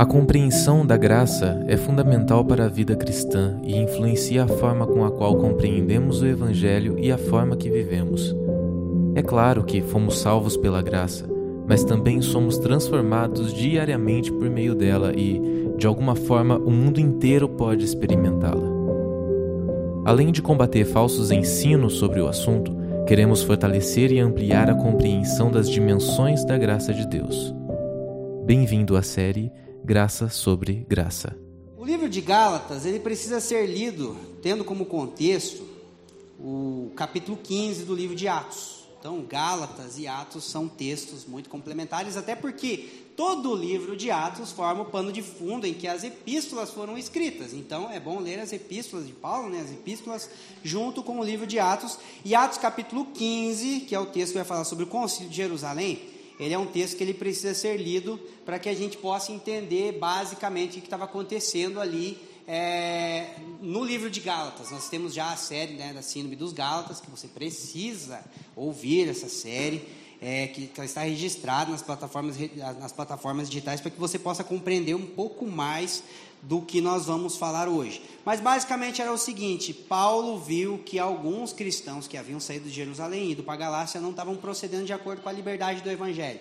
A compreensão da graça é fundamental para a vida cristã e influencia a forma com a qual compreendemos o Evangelho e a forma que vivemos. É claro que fomos salvos pela graça, mas também somos transformados diariamente por meio dela e, de alguma forma, o mundo inteiro pode experimentá-la. Além de combater falsos ensinos sobre o assunto, queremos fortalecer e ampliar a compreensão das dimensões da graça de Deus. Bem-vindo à série Graça sobre Graça. O livro de Gálatas, ele precisa ser lido tendo como contexto o capítulo 15 do livro de Atos. Então, Gálatas e Atos são textos muito complementares, até porque todo o livro de Atos forma o pano de fundo em que as epístolas foram escritas. Então, é bom ler as epístolas de Paulo, as epístolas, junto com o livro de Atos. E Atos capítulo 15, que é o texto que vai falar sobre o Concílio de Jerusalém, ele é um texto que ele precisa ser lido para que a gente possa entender basicamente o que estava acontecendo ali no livro de Gálatas. Nós temos já a série da Síndrome dos Gálatas, que você precisa ouvir essa série, que ela está registrada nas plataformas digitais para que você possa compreender um pouco mais do que nós vamos falar hoje. Mas basicamente era o seguinte: Paulo viu que alguns cristãos que haviam saído de Jerusalém e ido para a Galácia não estavam procedendo de acordo com a liberdade do Evangelho.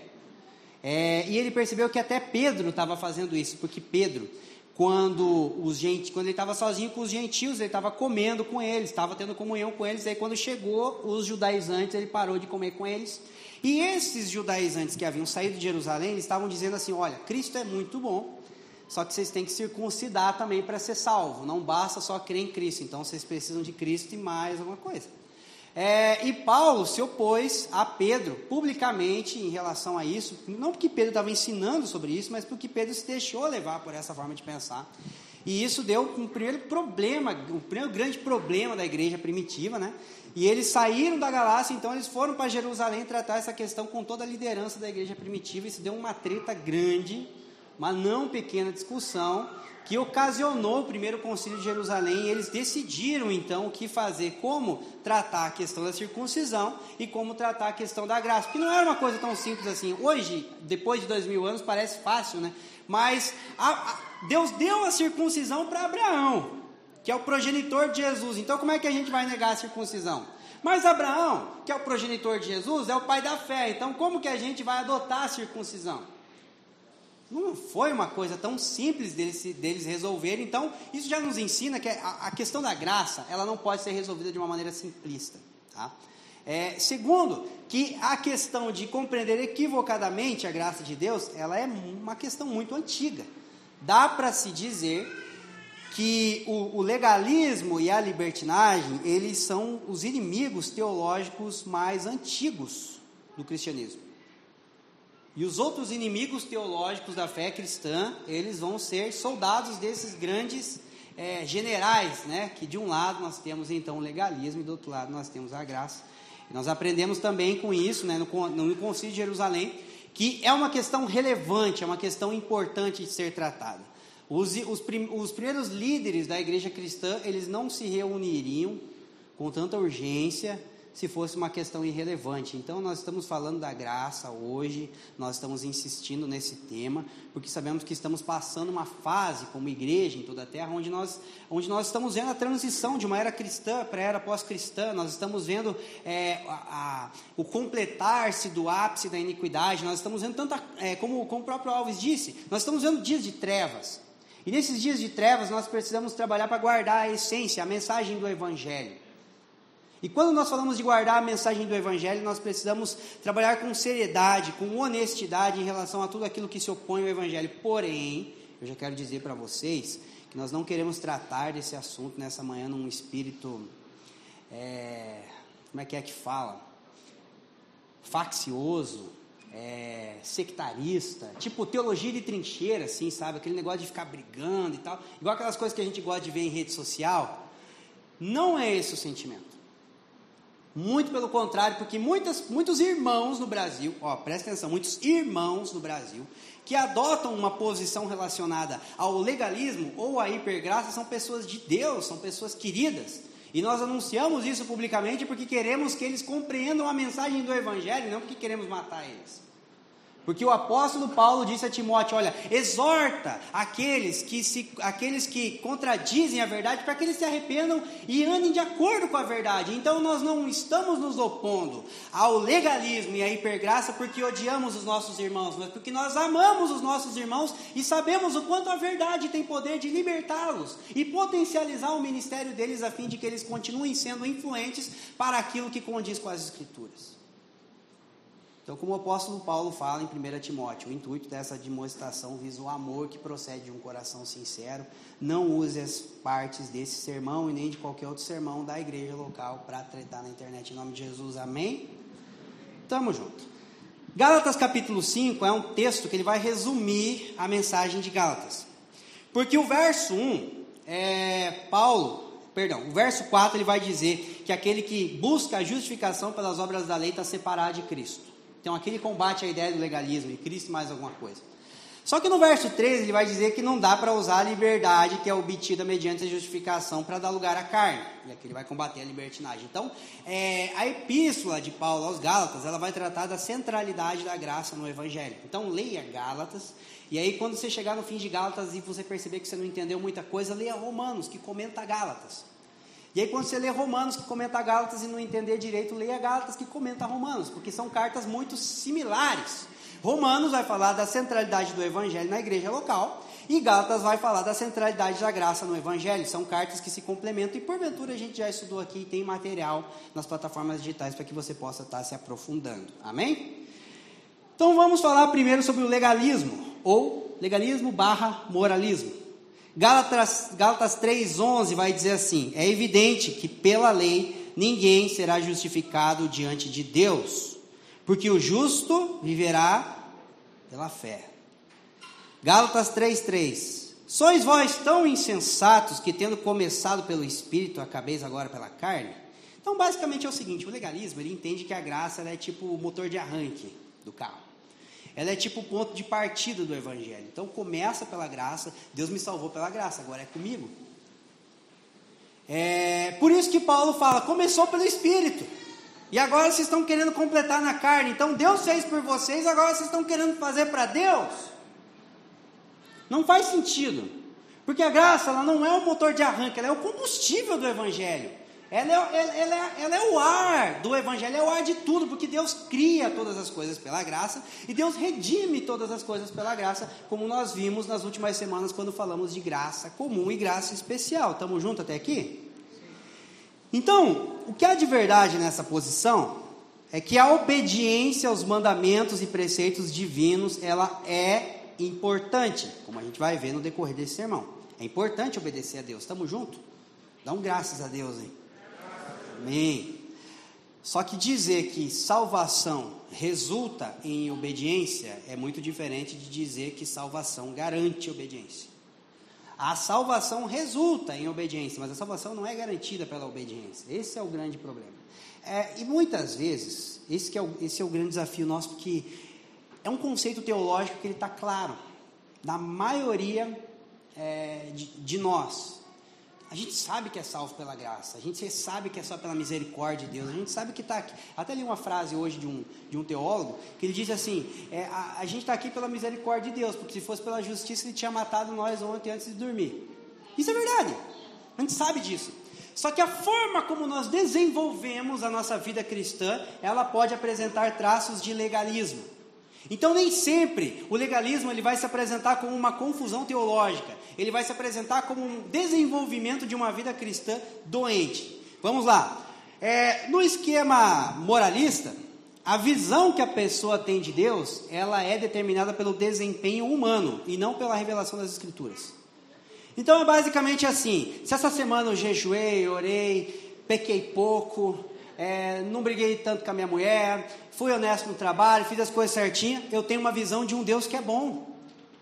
E ele percebeu que até Pedro estava fazendo isso, porque Pedro, quando ele estava sozinho com os gentios, ele estava comendo com eles, estava tendo comunhão com eles. Aí quando chegou os judaizantes, ele parou de comer com eles. E esses judaizantes que haviam saído de Jerusalém, eles estavam dizendo assim: olha, Cristo é muito bom, só que vocês têm que circuncidar também para ser salvo. Não basta só crer em Cristo, então vocês precisam de Cristo e mais alguma coisa. E Paulo se opôs a Pedro publicamente em relação a isso, não porque Pedro estava ensinando sobre isso, mas porque Pedro se deixou levar por essa forma de pensar. E isso deu um primeiro grande problema da igreja primitiva, né? E eles saíram da Galácia, então eles foram para Jerusalém tratar essa questão com toda a liderança da igreja primitiva. Isso deu uma treta grande, uma não pequena discussão, que ocasionou o primeiro concílio de Jerusalém. E eles decidiram então o que fazer, como tratar a questão da circuncisão e como tratar a questão da graça, porque não era uma coisa tão simples assim. Hoje, depois de 2000 anos, parece fácil, né? Mas Deus deu a circuncisão para Abraão, que é o progenitor de Jesus. Então como é que a gente vai negar a circuncisão? Mas Abraão, que é o progenitor de Jesus, é o pai da fé. Então como que a gente vai adotar a circuncisão? Não foi uma coisa tão simples deles resolverem. Então, isso já nos ensina que a questão da graça, ela não pode ser resolvida de uma maneira simplista. Tá? Segundo, que a questão de compreender equivocadamente a graça de Deus, ela é uma questão muito antiga. Dá para se dizer que o legalismo e a libertinagem, eles são os inimigos teológicos mais antigos do cristianismo. E os outros inimigos teológicos da fé cristã, eles vão ser soldados desses grandes generais, né? Que de um lado nós temos então o legalismo e do outro lado nós temos a graça. E nós aprendemos também com isso, né, no Concílio de Jerusalém, que é uma questão relevante, é uma questão importante de ser tratada. Os primeiros líderes da igreja cristã, eles não se reuniriam com tanta urgência se fosse uma questão irrelevante. Então nós estamos falando da graça hoje, nós estamos insistindo nesse tema, porque sabemos que estamos passando uma fase como igreja em toda a terra, onde nós estamos vendo a transição de uma era cristã para a era pós-cristã. Nós estamos vendo o completar-se do ápice da iniquidade. Nós estamos vendo como o próprio Alves disse, nós estamos vendo dias de trevas, e nesses dias de trevas nós precisamos trabalhar para guardar a essência, a mensagem do Evangelho. E quando nós falamos de guardar a mensagem do Evangelho, nós precisamos trabalhar com seriedade, com honestidade em relação a tudo aquilo que se opõe ao Evangelho. Porém, eu já quero dizer para vocês que nós não queremos tratar desse assunto nessa manhã num espírito, como é que fala? Faccioso, sectarista, tipo teologia de trincheira, assim, sabe? Aquele negócio de ficar brigando e tal, igual aquelas coisas que a gente gosta de ver em rede social. Não é esse o sentimento. Muito pelo contrário, porque muitos irmãos no Brasil, presta atenção, muitos irmãos no Brasil, que adotam uma posição relacionada ao legalismo ou à hipergraça, são pessoas de Deus, são pessoas queridas. E nós anunciamos isso publicamente porque queremos que eles compreendam a mensagem do Evangelho, não porque queremos matar eles. Porque o apóstolo Paulo disse a Timóteo, olha, exorta aqueles que contradizem a verdade, para que eles se arrependam e andem de acordo com a verdade. Então nós não estamos nos opondo ao legalismo e à hipergraça porque odiamos os nossos irmãos, mas porque nós amamos os nossos irmãos e sabemos o quanto a verdade tem poder de libertá-los e potencializar o ministério deles a fim de que eles continuem sendo influentes para aquilo que condiz com as Escrituras. Então, como o apóstolo Paulo fala em 1 Timóteo, o intuito dessa demonstração visa o amor que procede de um coração sincero. Não use as partes desse sermão e nem de qualquer outro sermão da igreja local para tretar na internet. Em nome de Jesus, amém? Tamo junto. Gálatas capítulo 5 é um texto que ele vai resumir a mensagem de Gálatas. Porque o verso 1, o verso 4 ele vai dizer que aquele que busca a justificação pelas obras da lei está separado de Cristo. Então aqui ele combate a ideia do legalismo, de Cristo mais alguma coisa. Só que no verso 13 ele vai dizer que não dá para usar a liberdade que é obtida mediante a justificação para dar lugar à carne. E aqui ele vai combater a libertinagem. Então, a epístola de Paulo aos Gálatas, ela vai tratar da centralidade da graça no Evangelho. Então leia Gálatas, e aí quando você chegar no fim de Gálatas e você perceber que você não entendeu muita coisa, leia Romanos, que comenta Gálatas. E aí quando você lê Romanos, que comenta Gálatas, e não entender direito, leia Gálatas, que comenta Romanos, porque são cartas muito similares. Romanos vai falar da centralidade do Evangelho na igreja local, e Gálatas vai falar da centralidade da graça no Evangelho. São cartas que se complementam, e porventura a gente já estudou aqui, e tem material nas plataformas digitais para que você possa estar se aprofundando. Amém? Então vamos falar primeiro sobre o legalismo, ou legalismo/moralismo. Gálatas 3,11 vai dizer assim: é evidente que pela lei ninguém será justificado diante de Deus, porque o justo viverá pela fé. Gálatas 3,3: sois vós tão insensatos que, tendo começado pelo Espírito, acabeis agora pela carne? Então basicamente é o seguinte: o legalismo ele entende que a graça ela é tipo o motor de arranque do carro. Ela é tipo o ponto de partida do Evangelho. Então começa pela graça, Deus me salvou pela graça, agora é comigo. Por isso que Paulo fala, começou pelo Espírito, e agora vocês estão querendo completar na carne. Então Deus fez por vocês, agora vocês estão querendo fazer para Deus. Não faz sentido, porque a graça ela não é o motor de arranque, ela é o combustível do Evangelho. Ela é o ar do Evangelho, é o ar de tudo, porque Deus cria todas as coisas pela graça, e Deus redime todas as coisas pela graça, como nós vimos nas últimas semanas, quando falamos de graça comum e graça especial. Estamos juntos até aqui? Então, o que há de verdade nessa posição, é que a obediência aos mandamentos e preceitos divinos, ela é importante, como a gente vai ver no decorrer desse sermão. É importante obedecer a Deus. Estamos juntos? Dá graças a Deus, hein? Amém. Só que dizer que salvação resulta em obediência é muito diferente de dizer que salvação garante obediência. A salvação resulta em obediência, mas a salvação não é garantida pela obediência. Esse é o grande problema. E muitas vezes, esse é o grande desafio nosso, porque é um conceito teológico que ele está claro na maioria de nós. A gente sabe que é salvo pela graça, a gente sabe que é só pela misericórdia de Deus, a gente sabe que está aqui. Até li uma frase hoje de um teólogo, que ele diz assim, a gente está aqui pela misericórdia de Deus, porque se fosse pela justiça ele tinha matado nós ontem antes de dormir. Isso é verdade, a gente sabe disso. Só que a forma como nós desenvolvemos a nossa vida cristã, ela pode apresentar traços de legalismo. Então nem sempre o legalismo ele vai se apresentar como uma confusão teológica, ele vai se apresentar como um desenvolvimento de uma vida cristã doente. Vamos lá, no esquema moralista, a visão que a pessoa tem de Deus, ela é determinada pelo desempenho humano e não pela revelação das Escrituras. Então é basicamente assim, se essa semana eu jejuei, orei, pequei pouco, não briguei tanto com a minha mulher, fui honesto no trabalho, fiz as coisas certinhas, eu tenho uma visão de um Deus que é bom.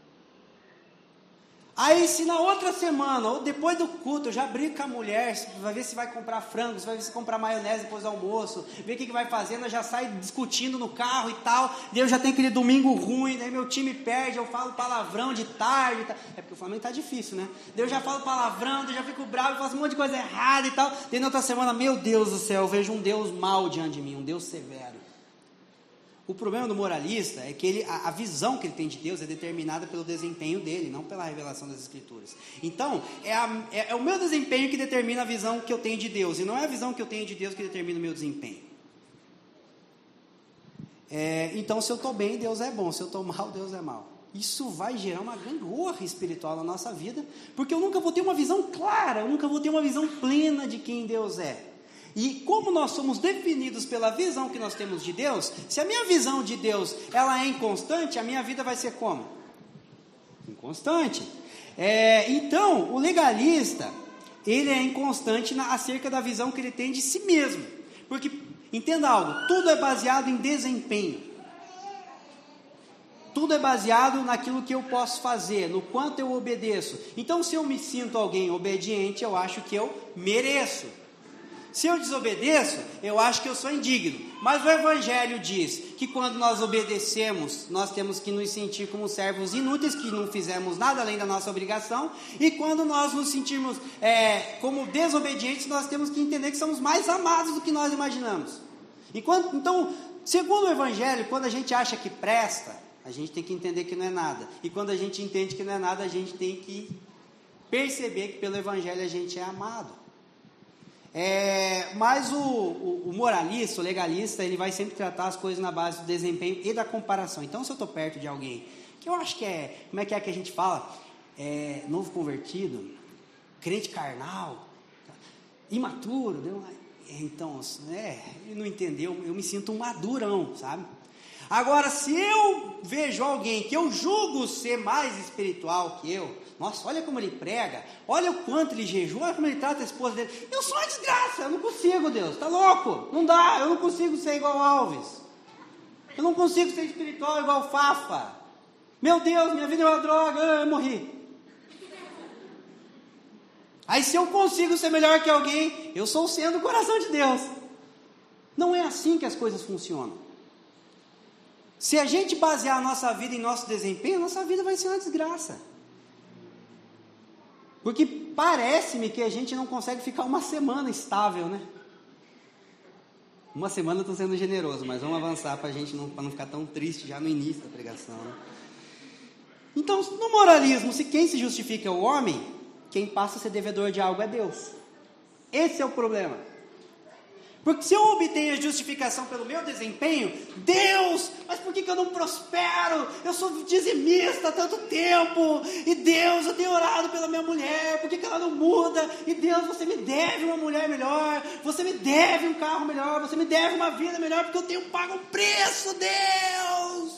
Aí se na outra semana, ou depois do culto, eu já brigo com a mulher, vai ver se vai comprar frango, vai ver se comprar maionese depois do almoço, ver o que vai fazendo, eu já saio discutindo no carro e tal, daí eu já tenho aquele domingo ruim, daí meu time perde, eu falo palavrão de tarde, é porque o Flamengo tá difícil, né? Daí eu já falo palavrão, daí eu já fico bravo, faço um monte de coisa errada e tal, daí na outra semana, meu Deus do céu, eu vejo um Deus mau diante de mim, um Deus severo. O problema do moralista é que a visão que ele tem de Deus é determinada pelo desempenho dele, não pela revelação das Escrituras. Então, é o meu desempenho que determina a visão que eu tenho de Deus, e não é a visão que eu tenho de Deus que determina o meu desempenho. Então, se eu estou bem, Deus é bom, se eu estou mal, Deus é mal. Isso vai gerar uma gangorra espiritual na nossa vida, porque eu nunca vou ter uma visão clara, eu nunca vou ter uma visão plena de quem Deus é. E como nós somos definidos pela visão que nós temos de Deus, se a minha visão de Deus ela é inconstante, a minha vida vai ser como? Inconstante. Então, o legalista, ele é inconstante acerca da visão que ele tem de si mesmo. Porque, entenda algo, tudo é baseado em desempenho. Tudo é baseado naquilo que eu posso fazer, no quanto eu obedeço. Então, se eu me sinto alguém obediente, eu acho que eu mereço. Se eu desobedeço, eu acho que eu sou indigno. Mas o Evangelho diz que quando nós obedecemos, nós temos que nos sentir como servos inúteis, que não fizemos nada além da nossa obrigação. E quando nós nos sentirmos como desobedientes, nós temos que entender que somos mais amados do que nós imaginamos. Então, segundo o Evangelho, quando a gente acha que presta, a gente tem que entender que não é nada. E quando a gente entende que não é nada, a gente tem que perceber que pelo Evangelho a gente é amado. Mas o moralista, o legalista, ele vai sempre tratar as coisas na base do desempenho e da comparação. Então, se eu estou perto de alguém, que eu acho que como é que a gente fala? Novo convertido, crente carnal, imaturo, então, ele não entendeu, eu me sinto um madurão, sabe? Agora, se eu vejo alguém que eu julgo ser mais espiritual que eu, nossa, olha como ele prega, olha o quanto ele jejua, olha como ele trata a esposa dele. Eu sou uma desgraça, eu não consigo, Deus, tá louco? Não dá, eu não consigo ser igual Alves. Eu não consigo ser espiritual igual Fafa. Meu Deus, minha vida é uma droga, eu morri. Aí se eu consigo ser melhor que alguém, eu sou o centro do coração de Deus. Não é assim que as coisas funcionam. Se a gente basear a nossa vida em nosso desempenho, a nossa vida vai ser uma desgraça. Porque parece-me que a gente não consegue ficar uma semana estável, né? Uma semana eu estou sendo generoso, mas vamos avançar para não ficar tão triste já no início da pregação, né? Então, no moralismo, se quem se justifica é o homem, quem passa a ser devedor de algo é Deus. Esse é o problema. Porque se eu obtenho a justificação pelo meu desempenho, Deus, mas por que eu não prospero? Eu sou dizimista há tanto tempo, e Deus, eu tenho orado pela minha mulher, por que ela não muda? E Deus, você me deve uma mulher melhor, você me deve um carro melhor, você me deve uma vida melhor, porque eu tenho pago um preço, Deus.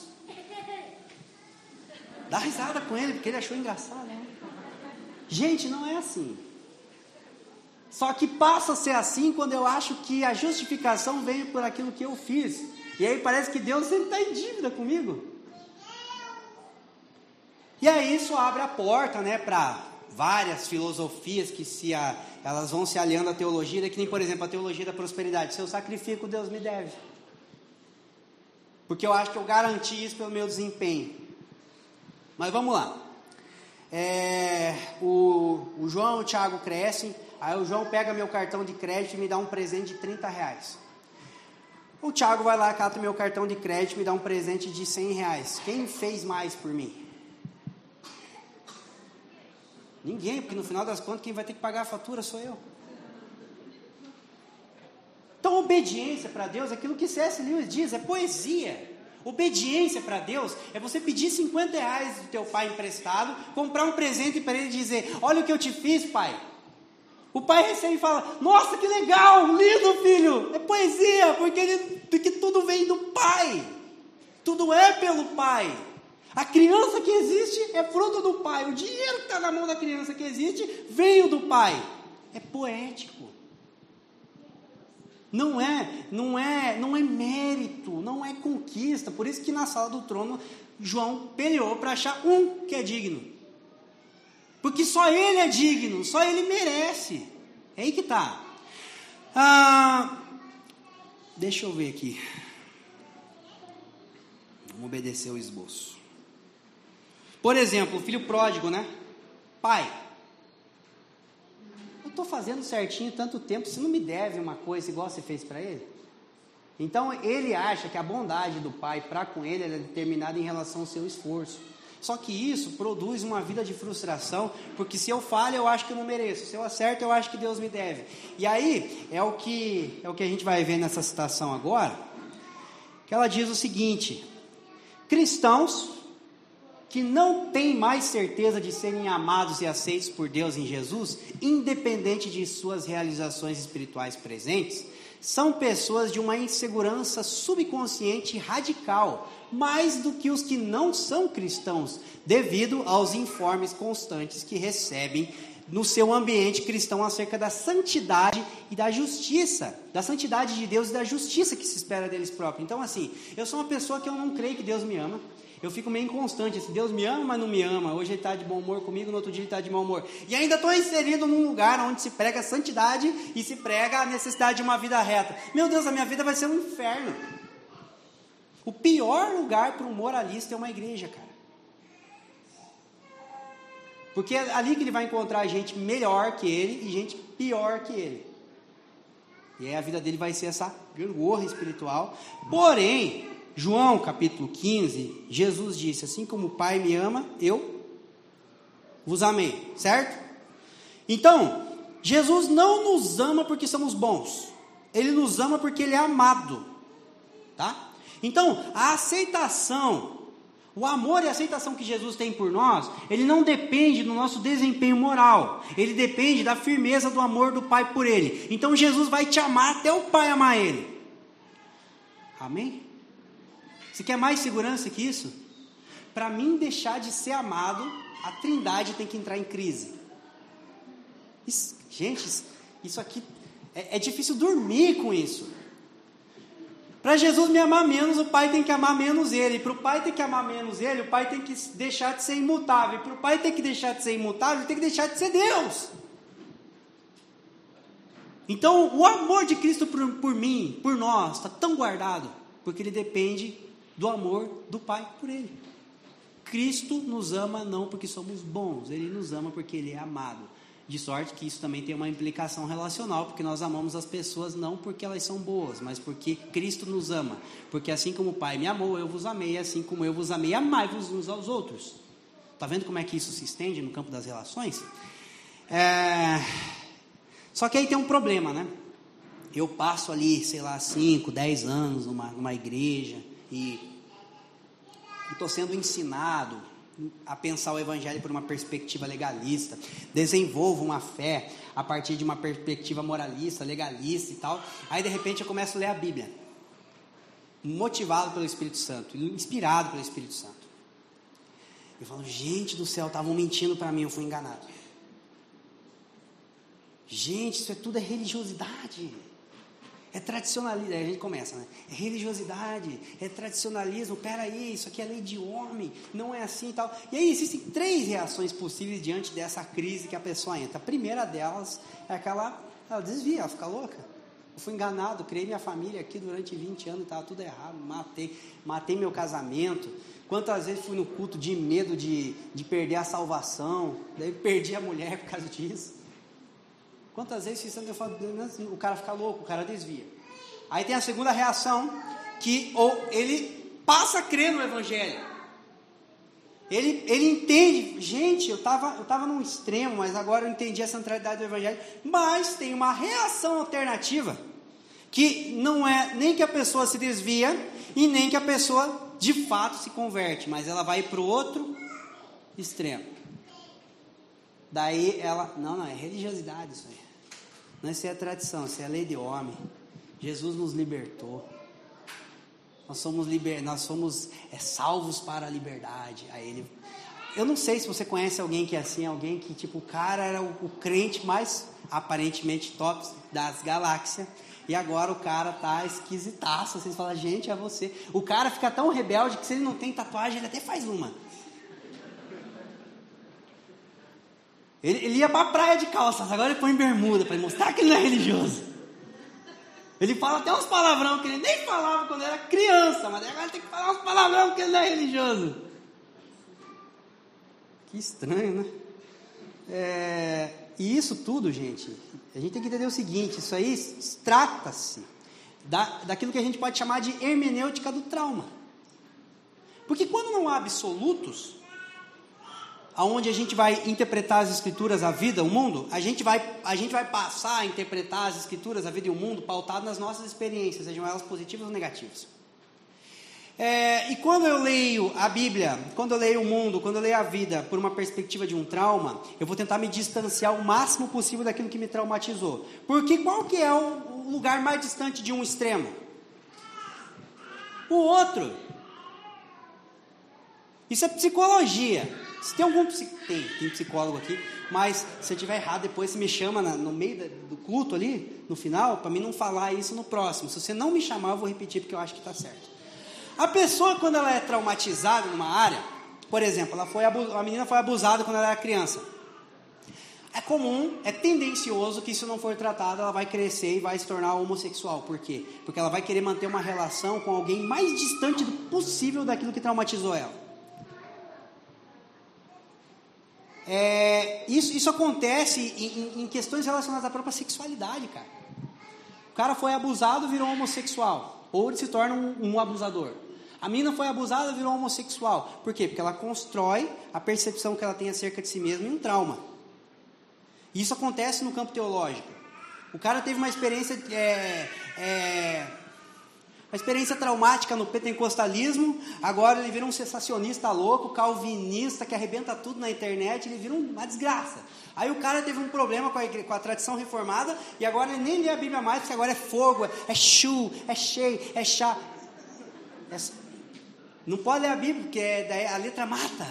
Dá risada com ele, porque ele achou engraçado, né? Gente, não é assim. Só que passa a ser assim quando eu acho que a justificação veio por aquilo que eu fiz. E aí parece que Deus sempre está em dívida comigo. E aí isso abre a porta, né, para várias filosofias que elas vão se aliando à teologia, que nem, por exemplo, a teologia da prosperidade. Se eu sacrifico, Deus me deve. Porque eu acho que eu garanti isso pelo meu desempenho. Mas vamos lá. O João e o Thiago crescem. Aí o João pega meu cartão de crédito e me dá um presente de R$30. O Thiago vai lá, cata meu cartão de crédito e me dá um presente de R$100. Quem fez mais por mim? Ninguém, porque no final das contas quem vai ter que pagar a fatura sou eu. Então obediência para Deus é aquilo que C.S. Lewis diz, é poesia. Obediência para Deus é você pedir R$50 do teu pai emprestado, comprar um presente para ele e dizer, olha o que eu te fiz, pai. O pai recebe e fala, nossa, que legal, lindo, filho. É poesia, porque tudo vem do pai. Tudo é pelo pai. A criança que existe é fruto do pai. O dinheiro que está na mão da criança que existe veio do pai. É poético. Não é mérito, não é conquista. Por isso que na sala do trono, João peleou para achar um que é digno. Porque só ele é digno, só ele merece. É aí que está. Deixa eu ver aqui. Vamos obedecer o esboço. Por exemplo, o filho pródigo, né? Pai, eu estou fazendo certinho tanto tempo, você não me deve uma coisa igual você fez para ele? Então ele acha que a bondade do Pai para com ele é determinada em relação ao seu esforço. Só que isso produz uma vida de frustração, porque se eu falho, eu acho que eu não mereço. Se eu acerto, eu acho que Deus me deve. E aí, é o que a gente vai ver nessa citação agora, que ela diz o seguinte: cristãos que não têm mais certeza de serem amados e aceitos por Deus em Jesus, independente de suas realizações espirituais presentes, são pessoas de uma insegurança subconsciente radical, mais do que os que não são cristãos, devido aos informes constantes que recebem no seu ambiente cristão acerca da santidade e da justiça, da santidade de Deus e da justiça que se espera deles próprios. Então assim, eu sou uma pessoa que eu não creio que Deus me ama, eu fico meio inconstante, assim, Deus me ama, mas não me ama, hoje ele está de bom humor comigo, no outro dia ele está de mau humor, e ainda estou inserido num lugar onde se prega a santidade e se prega a necessidade de uma vida reta. Meu Deus, a minha vida vai ser um inferno. O pior lugar para um moralista é uma igreja, cara, porque é ali que ele vai encontrar gente melhor que ele e gente pior que ele, e aí a vida dele vai ser essa gangorra espiritual. Porém, João capítulo 15, Jesus disse: assim como o Pai me ama, eu vos amei, certo? Então, Jesus não nos ama porque somos bons, Ele nos ama porque Ele é amado, tá? Então, a aceitação, o amor e a aceitação que Jesus tem por nós, ele não depende do nosso desempenho moral, ele depende da firmeza do amor do Pai por Ele. Então Jesus vai te amar até o Pai amar Ele. Amém? Você quer mais segurança que isso? Para mim deixar de ser amado, a Trindade tem que entrar em crise. Gente, isso aqui é difícil dormir com isso. Para Jesus me amar menos, o Pai tem que amar menos Ele. Para o Pai ter que amar menos Ele, o Pai tem que deixar de ser imutável. Para o Pai ter que deixar de ser imutável, ele tem que deixar de ser Deus. Então, o amor de Cristo por mim, por nós, está tão guardado, porque ele depende do amor do Pai por Ele. Cristo nos ama não porque somos bons, Ele nos ama porque Ele é amado. De sorte que isso também tem uma implicação relacional, porque nós amamos as pessoas não porque elas são boas, mas porque Cristo nos ama. Porque assim como o Pai me amou, eu vos amei, assim como eu vos amei, amai-vos uns aos outros. Está vendo como é que isso se estende no campo das relações? Só que aí tem um problema, né? Eu passo ali, sei lá, 5, 10 anos numa igreja e estou sendo ensinado a pensar o evangelho por uma perspectiva legalista, desenvolvo uma fé a partir de uma perspectiva moralista, legalista e tal. Aí de repente eu começo a ler a Bíblia, motivado pelo Espírito Santo, inspirado pelo Espírito Santo. Eu falo, gente do céu, estavam mentindo para mim, eu fui enganado. Gente, isso tudo é religiosidade, é tradicionalismo. Aí a gente começa, né? É religiosidade, é tradicionalismo. Peraí, isso aqui é lei de homem, não é assim e tal. E aí existem 3 reações possíveis diante dessa crise que a pessoa entra. A primeira delas é aquela, ela desvia, ela fica louca. Eu fui enganado, criei minha família aqui durante 20 anos, estava tudo errado, matei meu casamento. Quantas vezes fui no culto de medo de perder a salvação, daí perdi a mulher por causa disso. Quantas vezes eu falo, o cara fica louco, o cara desvia. Aí tem a segunda reação, que ou ele passa a crer no evangelho. Ele entende, gente, eu estava num extremo, mas agora eu entendi a centralidade do evangelho. Mas tem uma reação alternativa, que não é nem que a pessoa se desvia, e nem que a pessoa de fato se converte, mas ela vai para o outro extremo. Daí ela, não, é religiosidade isso aí. Não, isso é tradição, isso é lei de homem. Jesus nos libertou. Nós somos salvos para a liberdade. Aí ele, eu não sei se você conhece alguém que é assim, alguém que tipo, o cara era o crente mais aparentemente top das galáxias, e agora o cara tá esquisitaço. Vocês falam, gente, é você. O cara fica tão rebelde que se ele não tem tatuagem, ele até faz uma. Ele ia para a praia de calças, agora ele põe bermuda para mostrar que ele não é religioso. Ele fala até uns palavrão que ele nem falava quando era criança, mas agora tem que falar uns palavrão porque ele não é religioso. Que estranho, né? E isso tudo, gente, a gente tem que entender o seguinte: isso aí trata-se daquilo que a gente pode chamar de hermenêutica do trauma. Porque quando não há absolutos, aonde a gente vai interpretar as escrituras, a vida, o mundo, a gente vai passar a interpretar as escrituras, a vida e o mundo, pautado nas nossas experiências, sejam elas positivas ou negativas. E quando eu leio a Bíblia, quando eu leio o mundo, quando eu leio a vida por uma perspectiva de um trauma, eu vou tentar me distanciar o máximo possível daquilo que me traumatizou. Porque qual que é o lugar mais distante de um extremo? O outro. Isso é psicologia. Se tem algum tem psicólogo aqui, mas se eu estiver errado, depois você me chama no meio do culto ali, no final, para mim não falar isso no próximo. Se você não me chamar, eu vou repetir, porque eu acho que está certo. A pessoa, quando ela é traumatizada numa área, por exemplo, a menina foi abusada quando ela era criança. É comum, é tendencioso que se não for tratado, ela vai crescer e vai se tornar homossexual. Por quê? Porque ela vai querer manter uma relação com alguém mais distante do possível daquilo que traumatizou ela. Isso acontece em questões relacionadas à própria sexualidade, cara. O cara foi abusado, virou homossexual, ou ele se torna um abusador. A menina foi abusada, virou homossexual. Por quê? Porque ela constrói a percepção que ela tem acerca de si mesma em um trauma. Isso acontece no campo teológico. O cara teve uma experiência traumática no pentecostalismo, agora ele vira um sensacionista louco, calvinista, que arrebenta tudo na internet, ele vira uma desgraça. Aí o cara teve um problema com a tradição reformada, e agora ele nem lê a Bíblia mais, porque agora é fogo, é chu, é cheio, é chá. Não pode ler a Bíblia, porque a letra mata.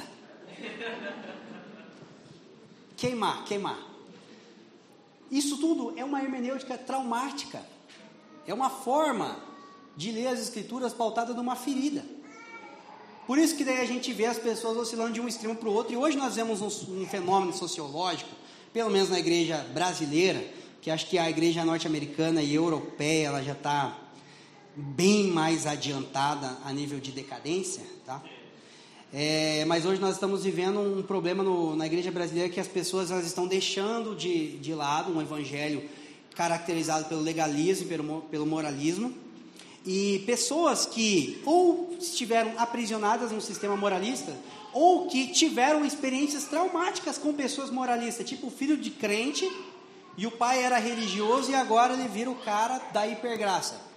Queimar. Isso tudo é uma hermenêutica traumática. É uma forma de ler as escrituras pautada numa ferida. Por isso que daí a gente vê as pessoas oscilando de um extremo para o outro. E hoje nós vemos um fenômeno sociológico, pelo menos na igreja brasileira, que acho que a igreja norte-americana e europeia, ela já está bem mais adiantada a nível de decadência, tá? Mas hoje nós estamos vivendo um problema na igreja brasileira, que as pessoas elas estão deixando de lado um evangelho caracterizado pelo legalismo e pelo moralismo, e pessoas que ou estiveram aprisionadas num sistema moralista, ou que tiveram experiências traumáticas com pessoas moralistas, tipo o filho de crente, e o pai era religioso e agora ele vira o cara da hipergraça.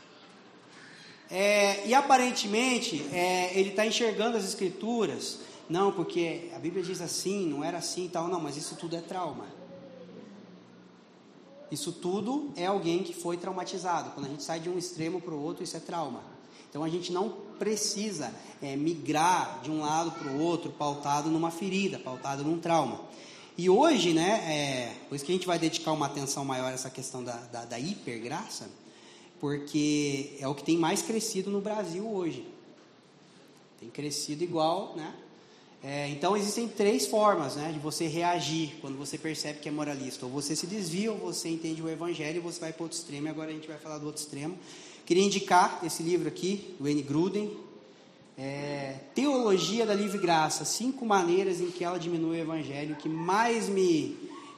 E aparentemente ele está enxergando as escrituras, não, porque a Bíblia diz assim, não era assim e tal, não, mas isso tudo é trauma. Isso tudo é alguém que foi traumatizado. Quando a gente sai de um extremo para o outro, isso é trauma. Então a gente não precisa migrar de um lado para o outro pautado numa ferida, pautado num trauma. E hoje, por isso que a gente vai dedicar uma atenção maior a essa questão da hipergraça, porque é o que tem mais crescido no Brasil hoje. Tem crescido igual, né? Então existem 3 formas, né, de você reagir quando você percebe que é moralista. Ou você se desvia, ou você entende o evangelho e você vai para o outro extremo. E agora a gente vai falar do outro extremo. Queria indicar esse livro aqui, do Wayne Grudem, Teologia da Livre Graça, 5 maneiras em que ela diminui o evangelho. O que mais me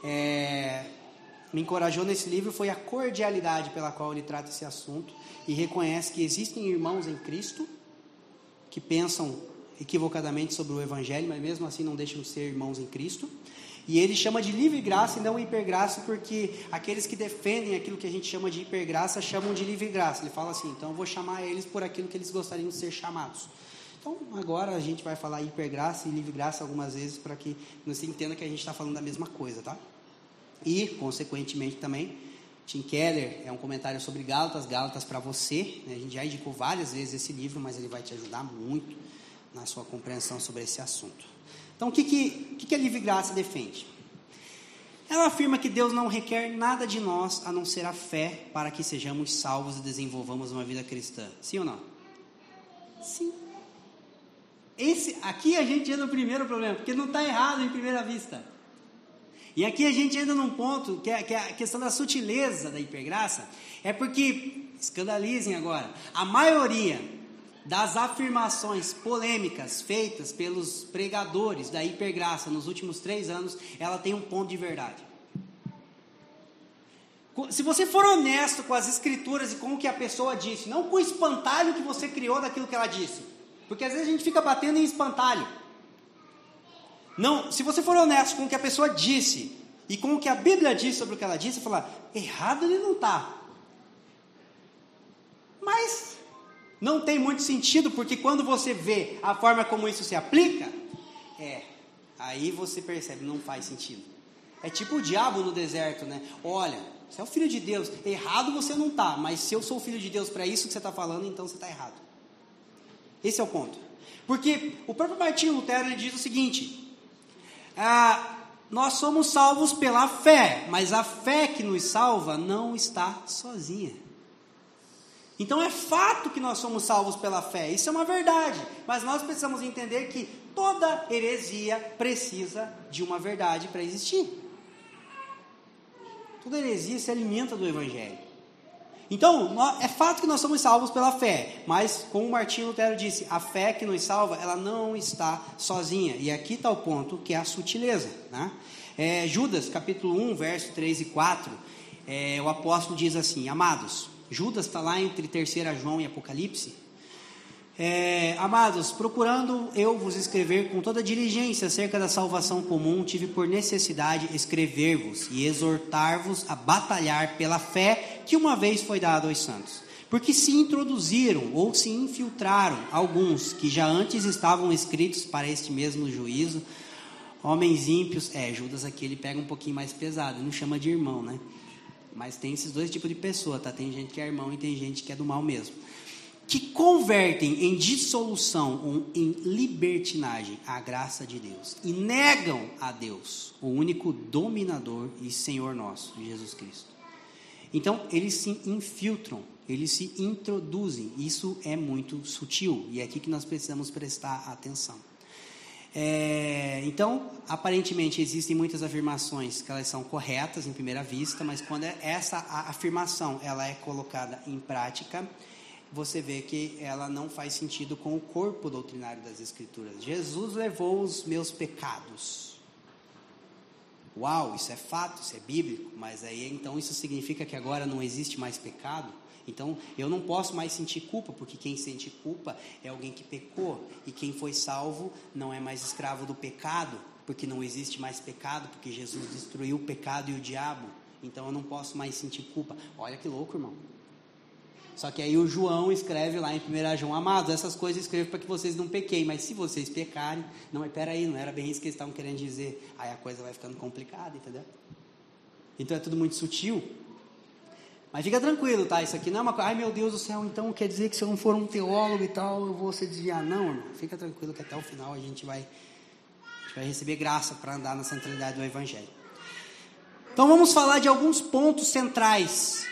encorajou nesse livro foi a cordialidade pela qual ele trata esse assunto e reconhece que existem irmãos em Cristo que pensam equivocadamente sobre o evangelho, mas mesmo assim não deixam de ser irmãos em Cristo. E ele chama de livre graça e não hipergraça, porque aqueles que defendem aquilo que a gente chama de hipergraça chamam de livre graça. Ele fala assim, então eu vou chamar eles por aquilo que eles gostariam de ser chamados. Então agora a gente vai falar hipergraça e livre graça algumas vezes, para que você entenda que a gente está falando da mesma coisa, tá? E, consequentemente também, Tim Keller é um comentário sobre Gálatas para você, né? A gente já indicou várias vezes esse livro, mas ele vai te ajudar muito na sua compreensão sobre esse assunto. Então, o que a livre graça defende? Ela afirma que Deus não requer nada de nós a não ser a fé para que sejamos salvos e desenvolvamos uma vida cristã. Sim ou não? Sim. Aqui a gente entra no primeiro problema, porque não está errado em primeira vista. E aqui a gente entra num ponto que é a questão da sutileza da hipergraça, é porque, escandalizem agora, a maioria das afirmações polêmicas feitas pelos pregadores da hipergraça nos últimos 3 anos, ela tem um ponto de verdade. Se você for honesto com as escrituras e com o que a pessoa disse, não com o espantalho que você criou daquilo que ela disse, porque às vezes a gente fica batendo em espantalho. Não, se você for honesto com o que a pessoa disse e com o que a Bíblia diz sobre o que ela disse, falar, errado ele não está. Mas não tem muito sentido, porque quando você vê a forma como isso se aplica, aí você percebe, não faz sentido. É tipo o diabo no deserto, né? Olha, você é o filho de Deus, errado você não está, mas se eu sou o filho de Deus para isso que você está falando, então você está errado. Esse é o ponto. Porque o próprio Martinho Lutero, ele diz o seguinte, nós somos salvos pela fé, mas a fé que nos salva não está sozinha. Então é fato que nós somos salvos pela fé, isso é uma verdade, mas nós precisamos entender que toda heresia precisa de uma verdade para existir. Toda heresia se alimenta do Evangelho. Então, é fato que nós somos salvos pela fé, mas como Martinho Lutero disse, a fé que nos salva, ela não está sozinha. E aqui está o ponto, que é a sutileza, né? Judas, capítulo 1, verso 3 e 4, o apóstolo diz assim, amados, Judas está lá entre 3 João e Apocalipse, amados, procurando eu vos escrever com toda diligência acerca da salvação comum, tive por necessidade escrever-vos e exortar-vos a batalhar pela fé que uma vez foi dada aos santos. Porque se introduziram ou se infiltraram alguns que já antes estavam escritos para este mesmo juízo, homens ímpios. Judas aqui ele pega um pouquinho mais pesado, não chama de irmão, né? Mas tem esses dois tipos de pessoa, tá? Tem gente que é irmão e tem gente que é do mal mesmo. Que convertem em dissolução ou em libertinagem a graça de Deus e negam a Deus, o único dominador e Senhor nosso, Jesus Cristo. Então, eles se infiltram, eles se introduzem, isso é muito sutil, e é aqui que nós precisamos prestar atenção. Então, aparentemente, existem muitas afirmações que elas são corretas em primeira vista, mas quando essa afirmação ela é colocada em prática, você vê que ela não faz sentido com o corpo doutrinário das Escrituras. Jesus levou os meus pecados. Uau, isso é fato, isso é bíblico, mas aí então isso significa que agora não existe mais pecado? Então eu não posso mais sentir culpa, porque quem sente culpa é alguém que pecou, e quem foi salvo não é mais escravo do pecado, porque não existe mais pecado, porque Jesus destruiu o pecado e o diabo, então eu não posso mais sentir culpa. Olha que louco, irmão. Só que aí o João escreve lá em 1 João, amados, essas coisas eu escrevo para que vocês não pequem, mas se vocês pecarem, não, mas peraí, não era bem isso que eles estavam querendo dizer, aí a coisa vai ficando complicada, entendeu? Então é tudo muito sutil, mas fica tranquilo, tá? Isso aqui não é uma coisa, ai meu Deus do céu, então quer dizer que se eu não for um teólogo e tal, eu vou se desviar, não, irmão, fica tranquilo que até o final a gente vai receber graça para andar na centralidade do Evangelho. Então vamos falar de alguns pontos centrais,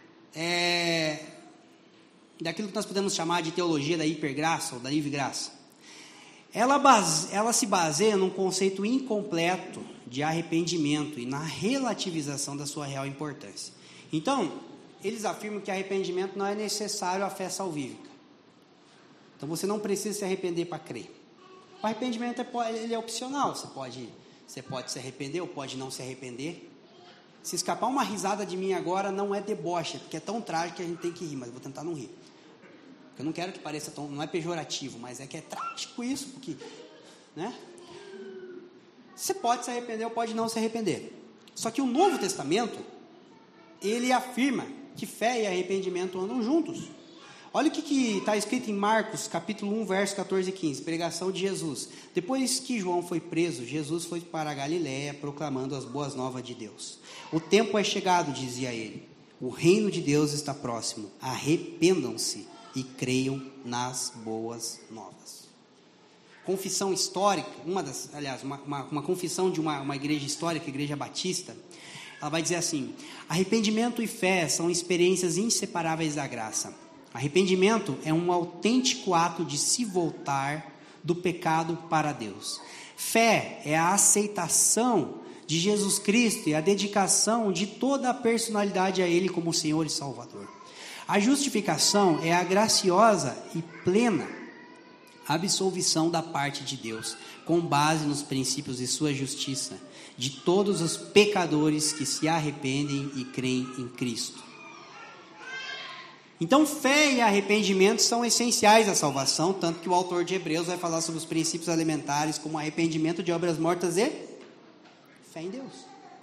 daquilo que nós podemos chamar de teologia da hipergraça ou da livre graça. Ela se baseia num conceito incompleto de arrependimento e na relativização da sua real importância. Então, eles afirmam que arrependimento não é necessário à fé salvífica. Então você não precisa se arrepender para crer. O arrependimento ele é opcional, você pode se arrepender ou pode não se arrepender. Se escapar uma risada de mim agora não é deboche, porque é tão trágico que a gente tem que rir, mas eu vou tentar não rir. Eu não quero que pareça tão, não é pejorativo, mas é que é trágico isso, porque, né? Você pode se arrepender ou pode não se arrepender. Só que o Novo Testamento, ele afirma que fé e arrependimento andam juntos. Olha o que está escrito em Marcos, capítulo 1, verso 14 e 15, pregação de Jesus. Depois que João foi preso, Jesus foi para a Galiléia, proclamando as boas novas de Deus. O tempo é chegado, dizia ele. O reino de Deus está próximo. Arrependam-se e creiam nas boas novas. Confissão histórica, uma confissão de uma igreja histórica, a Igreja Batista, ela vai dizer assim: arrependimento e fé são experiências inseparáveis da graça. Arrependimento é um autêntico ato de se voltar do pecado para Deus. Fé é a aceitação de Jesus Cristo e a dedicação de toda a personalidade a Ele como Senhor e Salvador. A justificação é a graciosa e plena absolvição da parte de Deus, com base nos princípios de sua justiça, de todos os pecadores que se arrependem e creem em Cristo. Então, fé e arrependimento são essenciais à salvação, tanto que o autor de Hebreus vai falar sobre os princípios elementares, como arrependimento de obras mortas e fé em Deus.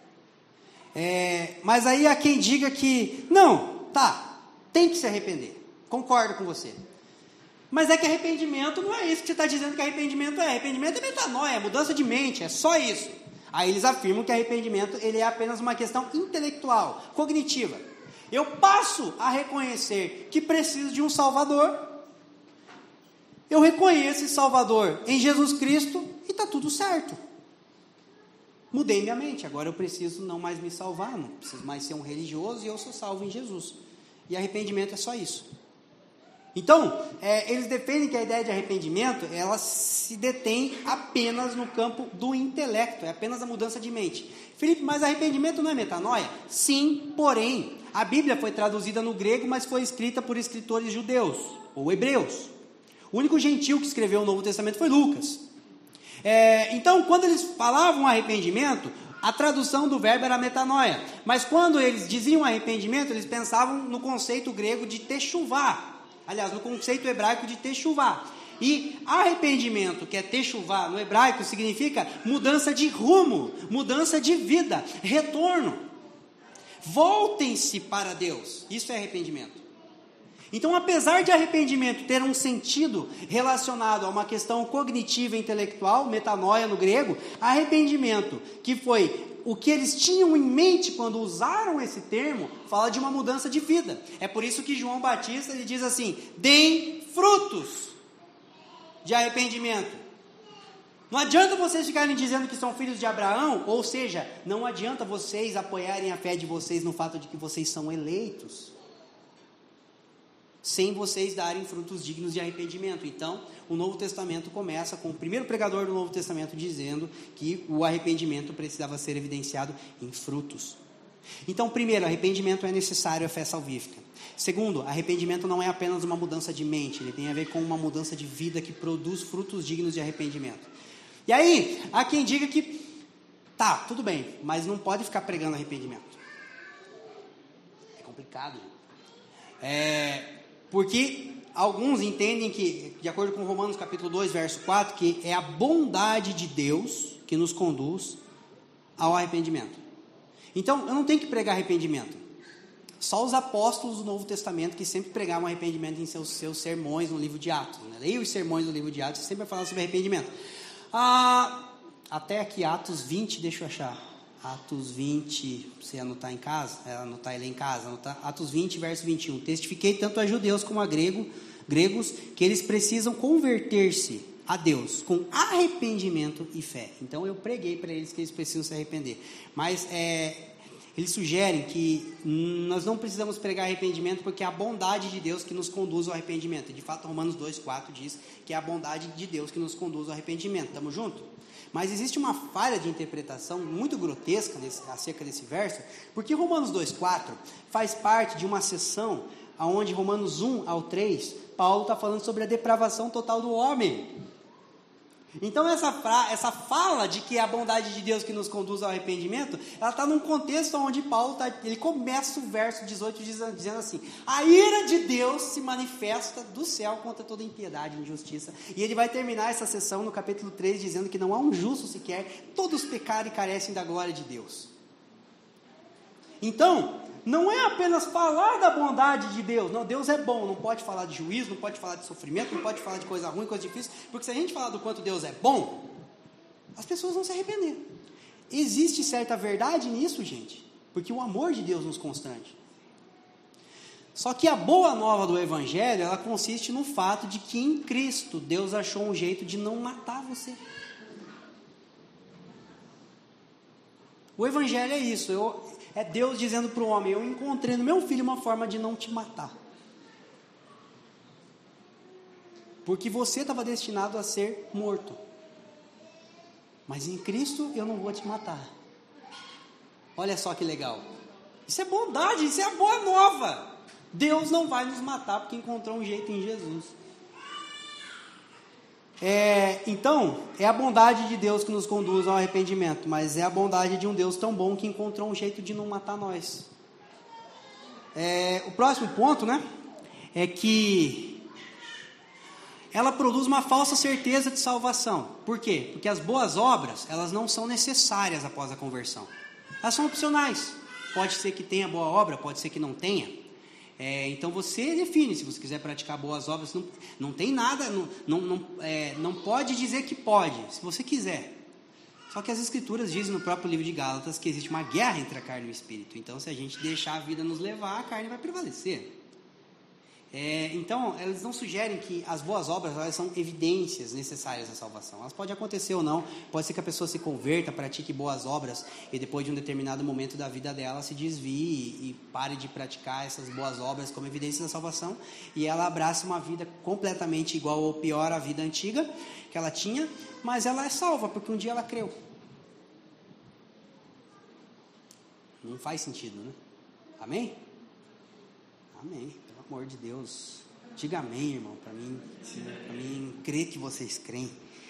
Mas aí há quem diga que, não, tem que se arrepender, concordo com você. Mas é que arrependimento não é isso que você está dizendo que arrependimento é. Arrependimento é metanoia, é mudança de mente, é só isso. Aí eles afirmam que arrependimento ele é apenas uma questão intelectual, cognitiva. Eu passo a reconhecer que preciso de um Salvador. Eu reconheço esse Salvador em Jesus Cristo e está tudo certo. Mudei minha mente, agora eu preciso não mais me salvar, não preciso mais ser um religioso e eu sou salvo em Jesus. E arrependimento é só isso. Então, eles defendem que a ideia de arrependimento, ela se detém apenas no campo do intelecto, é apenas a mudança de mente. Felipe, mas arrependimento não é metanoia? Sim, porém, a Bíblia foi traduzida no grego, mas foi escrita por escritores judeus, ou hebreus. O único gentil que escreveu o Novo Testamento foi Lucas. Então, quando eles falavam arrependimento, a tradução do verbo era metanoia. Mas quando eles diziam arrependimento, eles pensavam no conceito grego de techuvá. Aliás, no conceito hebraico de techuvá. E arrependimento, que é techuvá no hebraico, significa mudança de rumo, mudança de vida, retorno. Voltem-se para Deus. Isso é arrependimento. Então, apesar de arrependimento ter um sentido relacionado a uma questão cognitiva e intelectual, metanoia no grego, arrependimento, que foi o que eles tinham em mente quando usaram esse termo, fala de uma mudança de vida. É por isso que João Batista ele diz assim: deem frutos de arrependimento. Não adianta vocês ficarem dizendo que são filhos de Abraão, ou seja, não adianta vocês apoiarem a fé de vocês no fato de que vocês são eleitos, sem vocês darem frutos dignos de arrependimento. Então, o Novo Testamento começa com o primeiro pregador do Novo Testamento dizendo que o arrependimento precisava ser evidenciado em frutos. Então, primeiro, arrependimento é necessário à fé salvífica. Segundo, arrependimento não é apenas uma mudança de mente, ele tem a ver com uma mudança de vida que produz frutos dignos de arrependimento. E aí, há quem diga que, tudo bem, mas não pode ficar pregando arrependimento. É complicado, porque alguns entendem que, de acordo com Romanos capítulo 2, verso 4, que é a bondade de Deus que nos conduz ao arrependimento. Então, eu não tenho que pregar arrependimento. Só os apóstolos do Novo Testamento que sempre pregavam arrependimento em seus sermões no livro de Atos. Leia os sermões do livro de Atos, sempre vai falar sobre arrependimento. Até aqui, Atos 20, deixa eu achar. Atos 20, você anotar em casa, anotar ele em casa, Atos 20, verso 21. Testifiquei tanto a judeus como a gregos que eles precisam converter-se a Deus com arrependimento e fé. Então eu preguei para eles que eles precisam se arrepender. Mas eles sugerem que nós não precisamos pregar arrependimento porque é a bondade de Deus que nos conduz ao arrependimento. De fato, Romanos 2,4 diz que é a bondade de Deus que nos conduz ao arrependimento. Estamos juntos? Mas existe uma falha de interpretação muito grotesca acerca desse verso, porque Romanos 2,4 faz parte de uma seção onde Romanos 1 ao 3, Paulo está falando sobre a depravação total do homem. Então essa fala de que é a bondade de Deus que nos conduz ao arrependimento, ela está num contexto onde Paulo ele começa o verso 18 dizendo assim: a ira de Deus se manifesta do céu contra toda impiedade e injustiça. E ele vai terminar essa sessão no capítulo 3 dizendo que não há um justo sequer, todos pecaram e carecem da glória de Deus. Então, não é apenas falar da bondade de Deus. Não, Deus é bom, não pode falar de juízo, não pode falar de sofrimento, não pode falar de coisa ruim, coisa difícil, porque se a gente falar do quanto Deus é bom, as pessoas vão se arrepender. Existe certa verdade nisso, gente, porque o amor de Deus nos constrange. Só que a boa nova do Evangelho, ela consiste no fato de que em Cristo, Deus achou um jeito de não matar você. O Evangelho é isso, é Deus dizendo para o homem: eu encontrei no meu filho uma forma de não te matar. Porque você estava destinado a ser morto. Mas em Cristo eu não vou te matar. Olha só que legal. Isso é bondade, isso é a boa nova. Deus não vai nos matar porque encontrou um jeito em Jesus. Então, é a bondade de Deus que nos conduz ao arrependimento, mas é a bondade de um Deus tão bom que encontrou um jeito de não matar nós. O próximo ponto, né, é que ela produz uma falsa certeza de salvação. Por quê? Porque as boas obras, elas não são necessárias após a conversão. Elas são opcionais. Pode ser que tenha boa obra, pode ser que não tenha. Então você define, se você quiser praticar boas obras, não tem nada, não pode dizer que pode, se você quiser. Só que as Escrituras dizem no próprio livro de Gálatas que existe uma guerra entre a carne e o Espírito. Então, se a gente deixar a vida nos levar, a carne vai prevalecer. Então, elas não sugerem que as boas obras, elas são evidências necessárias à salvação. Elas podem acontecer ou não. Pode ser que a pessoa se converta, pratique boas obras e depois de um determinado momento da vida dela se desvie e pare de praticar essas boas obras como evidência da salvação e ela abrace uma vida completamente igual ou pior à vida antiga que ela tinha, mas ela é salva porque um dia ela creu. Não faz sentido, né? Amém? Amém. Pelo amor de Deus, diga amém, irmão, para mim crer que vocês creem.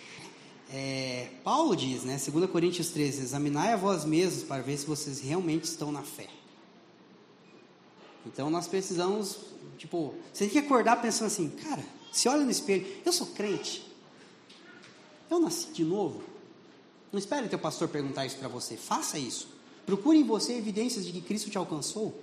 Paulo diz, né, 2 Coríntios 13, examinai a vós mesmos para ver se vocês realmente estão na fé. Então nós precisamos, você tem que acordar pensando assim, cara, se olha no espelho, eu sou crente, eu nasci de novo. Não espere teu pastor perguntar isso para você, faça isso. Procure em você evidências de que Cristo te alcançou.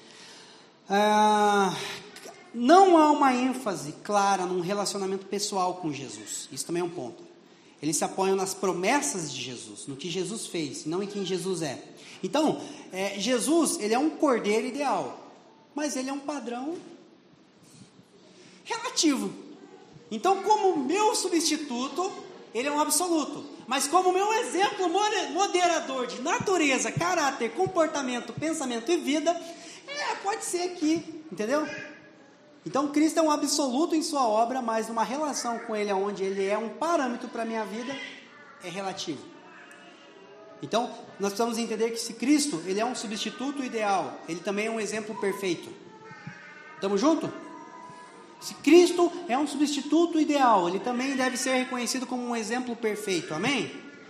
Não há uma ênfase clara num relacionamento pessoal com Jesus. Isso também é um ponto. Eles se apoiam nas promessas de Jesus, no que Jesus fez, não em quem Jesus é. Então, Jesus, ele é um cordeiro ideal, mas ele é um padrão relativo. Então, como meu substituto, ele é um absoluto. Mas como meu exemplo moderador de natureza, caráter, comportamento, pensamento e vida, pode ser que, entendeu? Então Cristo é um absoluto em sua obra, mas numa relação com Ele, onde Ele é um parâmetro para a minha vida, é relativo. Então, nós precisamos entender que se Cristo, Ele é um substituto ideal, Ele também é um exemplo perfeito. Estamos juntos? Se Cristo é um substituto ideal, Ele também deve ser reconhecido como um exemplo perfeito, amém?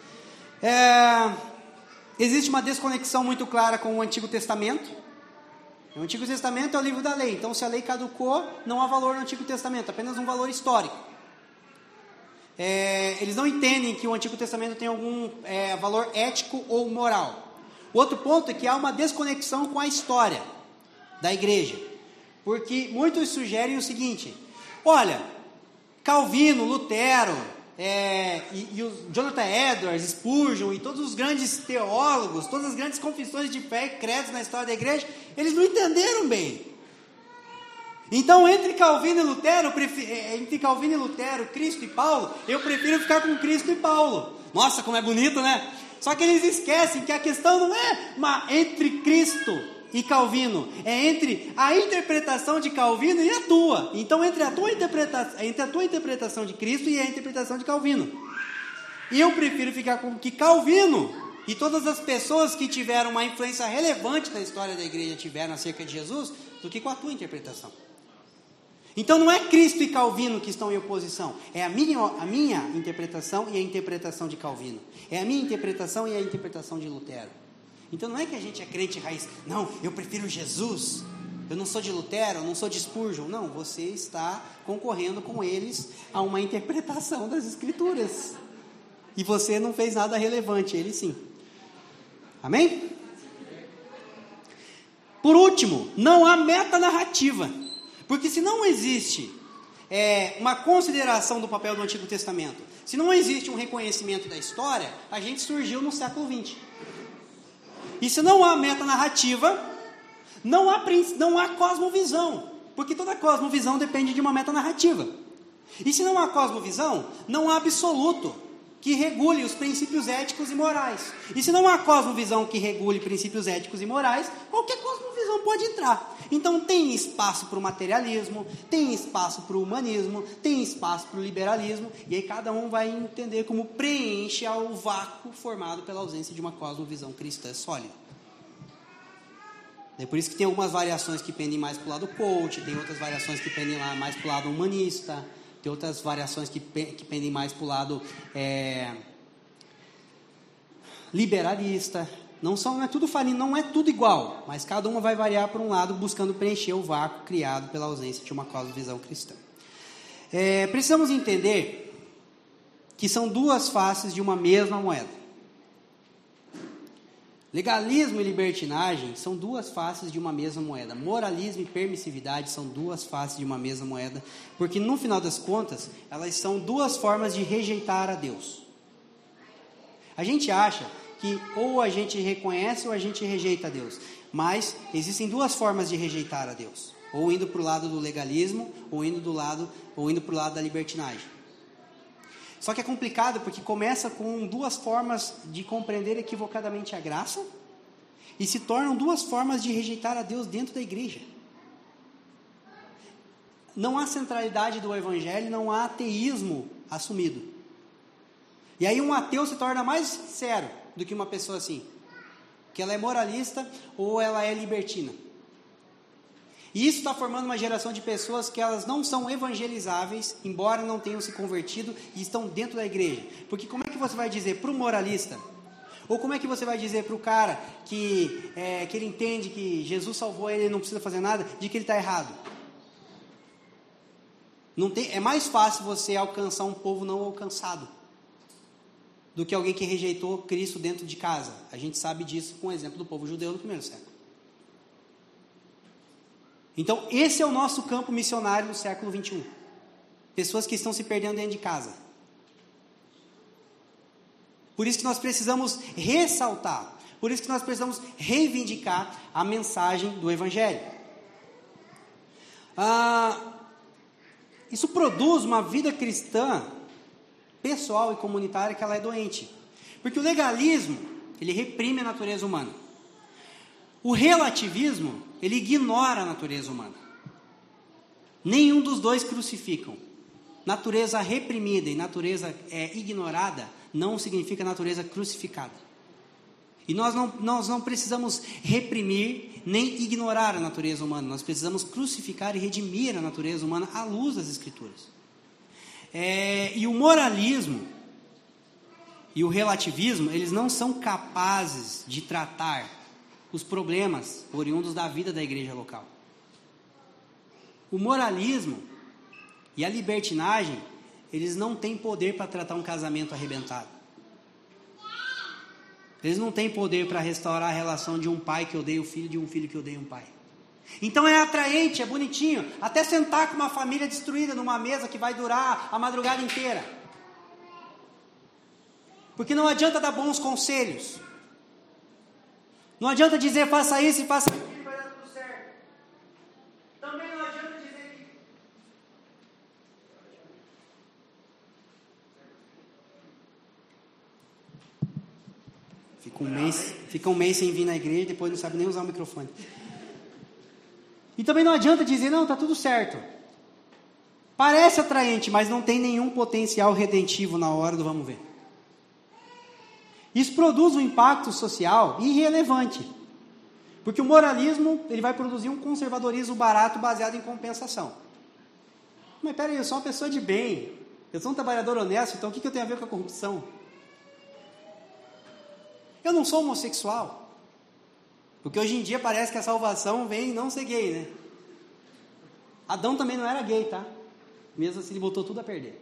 Existe uma desconexão muito clara com o Antigo Testamento. O Antigo Testamento é o livro da lei, então se a lei caducou, não há valor no Antigo Testamento, apenas um valor histórico. Eles não entendem que o Antigo Testamento tem algum valor ético ou moral. O outro ponto é que há uma desconexão com a história da igreja, porque muitos sugerem o seguinte: olha, Calvino, Lutero, e o Jonathan Edwards, Spurgeon e todos os grandes teólogos, todas as grandes confissões de fé e credos na história da igreja, eles não entenderam bem. Então, entre Calvino e Lutero, Cristo e Paulo, eu prefiro ficar com Cristo e Paulo. Nossa, como é bonito, né? Só que eles esquecem que a questão não é entre Cristo e Calvino, é entre a interpretação de Calvino e a tua. Então, entre a tua interpretação de Cristo e a interpretação de Calvino. E eu prefiro ficar com que Calvino e todas as pessoas que tiveram uma influência relevante na história da igreja tiveram acerca de Jesus, do que com a tua interpretação. Então não é Cristo e Calvino que estão em oposição, é a minha interpretação e a interpretação de Calvino, é a minha interpretação e a interpretação de Lutero. Então não é que a gente é crente raiz, não, eu prefiro Jesus, eu não sou de Lutero, eu não sou de Spurgeon, não, você está concorrendo com eles a uma interpretação das Escrituras, e você não fez nada relevante, ele sim. Amém? Por último, não há metanarrativa, porque se não existe uma consideração do papel do Antigo Testamento, se não existe um reconhecimento da história, a gente surgiu no século XX. E se não há metanarrativa, não há cosmovisão, porque toda cosmovisão depende de uma metanarrativa. E se não há cosmovisão, não há absoluto que regule os princípios éticos e morais. E se não há cosmovisão que regule princípios éticos e morais, qualquer cosmovisão pode entrar. Então tem espaço para o materialismo, tem espaço para o humanismo, tem espaço para o liberalismo, e aí cada um vai entender como preenche o vácuo formado pela ausência de uma cosmovisão cristã sólida. É por isso que tem algumas variações que pendem mais para o lado coach, tem outras variações que pendem mais para o lado humanista, Tem outras variações que pendem mais para o lado liberalista. Não é tudo farinha, não é tudo igual, mas cada uma vai variar por um lado, buscando preencher o vácuo criado pela ausência de uma cosmovisão cristã. Precisamos entender que são duas faces de uma mesma moeda. Legalismo e libertinagem são duas faces de uma mesma moeda. Moralismo e permissividade são duas faces de uma mesma moeda, porque no final das contas, elas são duas formas de rejeitar a Deus. A gente acha que ou a gente reconhece ou a gente rejeita a Deus, mas existem duas formas de rejeitar a Deus, ou indo para o lado do legalismo, ou indo para o lado da libertinagem. Só que é complicado porque começa com duas formas de compreender equivocadamente a graça e se tornam duas formas de rejeitar a Deus dentro da igreja. Não há centralidade do evangelho, não há ateísmo assumido. E aí um ateu se torna mais sério do que uma pessoa assim, que ela é moralista ou ela é libertina. E isso está formando uma geração de pessoas que elas não são evangelizáveis, embora não tenham se convertido e estão dentro da igreja. Porque como é que você vai dizer para o moralista, ou como é que você vai dizer para o cara que ele entende que Jesus salvou ele e não precisa fazer nada, de que ele está errado? É mais fácil você alcançar um povo não alcançado do que alguém que rejeitou Cristo dentro de casa. A gente sabe disso com o exemplo do povo judeu no primeiro século. Então, esse é o nosso campo missionário no século 21. Pessoas que estão se perdendo dentro de casa. Por isso que nós precisamos ressaltar, por isso que nós precisamos reivindicar a mensagem do Evangelho. Isso produz uma vida cristã pessoal e comunitária que ela é doente. Porque o legalismo, ele reprime a natureza humana. O relativismo, ele ignora a natureza humana. Nenhum dos dois crucificam. Natureza reprimida e natureza ignorada não significa natureza crucificada. E nós não precisamos reprimir nem ignorar a natureza humana. Nós precisamos crucificar e redimir a natureza humana à luz das Escrituras. E o moralismo e o relativismo, eles não são capazes de tratar os problemas oriundos da vida da igreja local. O moralismo e a libertinagem, eles não têm poder para tratar um casamento arrebentado. Eles não têm poder para restaurar a relação de um pai que odeia o filho, de um filho que odeia um pai. Então é atraente, é bonitinho, até sentar com uma família destruída numa mesa que vai durar a madrugada inteira. Porque não adianta dar bons conselhos. Não adianta dizer faça isso e faça aquilo e vai dar tudo certo. Também não adianta dizer que fica um mês sem vir na igreja, depois não sabe nem usar o microfone. E também não adianta dizer, não, está tudo certo. Parece atraente, mas não tem nenhum potencial redentivo na hora do vamos ver. Isso produz um impacto social irrelevante. Porque o moralismo, ele vai produzir um conservadorismo barato baseado em compensação. Mas peraí, eu sou uma pessoa de bem. Eu sou um trabalhador honesto, então o que eu tenho a ver com a corrupção? Eu não sou homossexual. Porque hoje em dia parece que a salvação vem não ser gay, né? Adão também não era gay, tá? Mesmo assim ele botou tudo a perder.